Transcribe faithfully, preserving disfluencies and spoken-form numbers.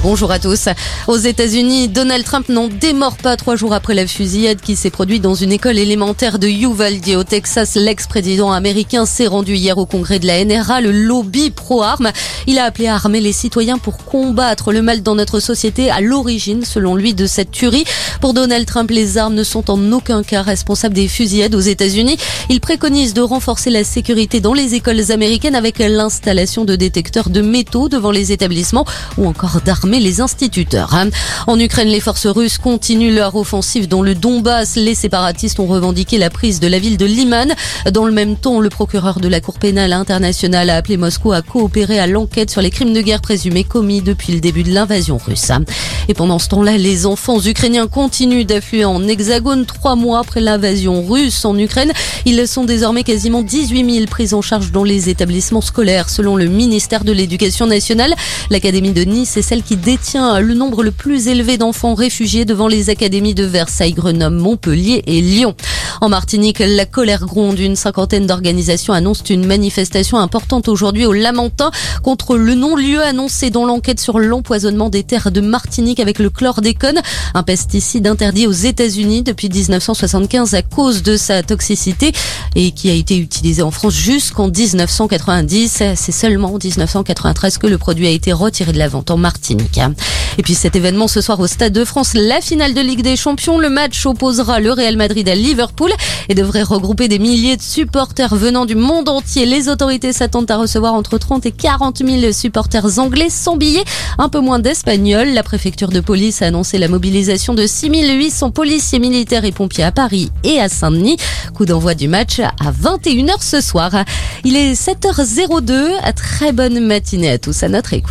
Bonjour à tous. Aux États-Unis, Donald Trump n'en démord pas trois jours après la fusillade qui s'est produite dans une école élémentaire de Uvalde au Texas. L'ex-président américain s'est rendu hier au congrès de la N R A, le lobby pro-armes. Il a appelé à armer les citoyens pour combattre le mal dans notre société à l'origine, selon lui, de cette tuerie. Pour Donald Trump, les armes ne sont en aucun cas responsables des fusillades aux États-Unis. Il préconise de renforcer la sécurité dans les écoles américaines avec l'installation de détecteurs de métaux devant les établissements ou encore d'armer les instituteurs. En Ukraine, les forces russes continuent leur offensive dans le Donbass. Les séparatistes ont revendiqué la prise de la ville de Liman. Dans le même temps, le procureur de la Cour pénale internationale a appelé Moscou à coopérer à l'enquête sur les crimes de guerre présumés commis depuis le début de l'invasion russe. Et pendant ce temps-là, les enfants ukrainiens continuent d'affluer en hexagone. Trois mois après l'invasion russe en Ukraine, ils sont désormais quasiment dix-huit mille pris en charge dans les établissements scolaires. Selon le ministère de l'Éducation nationale, l'Académie de Nice est celle qui détient le nombre le plus élevé d'enfants réfugiés devant les académies de Versailles, Grenoble, Montpellier et Lyon. En Martinique, la colère gronde. Une cinquantaine d'organisations annoncent une manifestation importante aujourd'hui au Lamentin contre le non-lieu annoncé dans l'enquête sur l'empoisonnement des terres de Martinique avec le chlordécone, un pesticide interdit aux États-Unis depuis dix-neuf cent soixante-quinze à cause de sa toxicité et qui a été utilisé en France jusqu'en dix-neuf cent quatre-vingt-dix. C'est seulement en dix-neuf cent quatre-vingt-treize que le produit a été retiré de la vente en Martinique. Et puis cet événement ce soir au Stade de France, la finale de Ligue des Champions. Le match opposera le Real Madrid à Liverpool et devrait regrouper des milliers de supporters venant du monde entier. Les autorités s'attendent à recevoir entre trente et quarante mille supporters anglais sans billets, un peu moins d'Espagnols. La préfecture de police a annoncé la mobilisation de six mille huit cents policiers, militaires et pompiers à Paris et à Saint-Denis. Coup d'envoi du match à vingt et une heures ce soir. Il est sept heures zéro deux. Très bonne matinée à tous à notre écoute.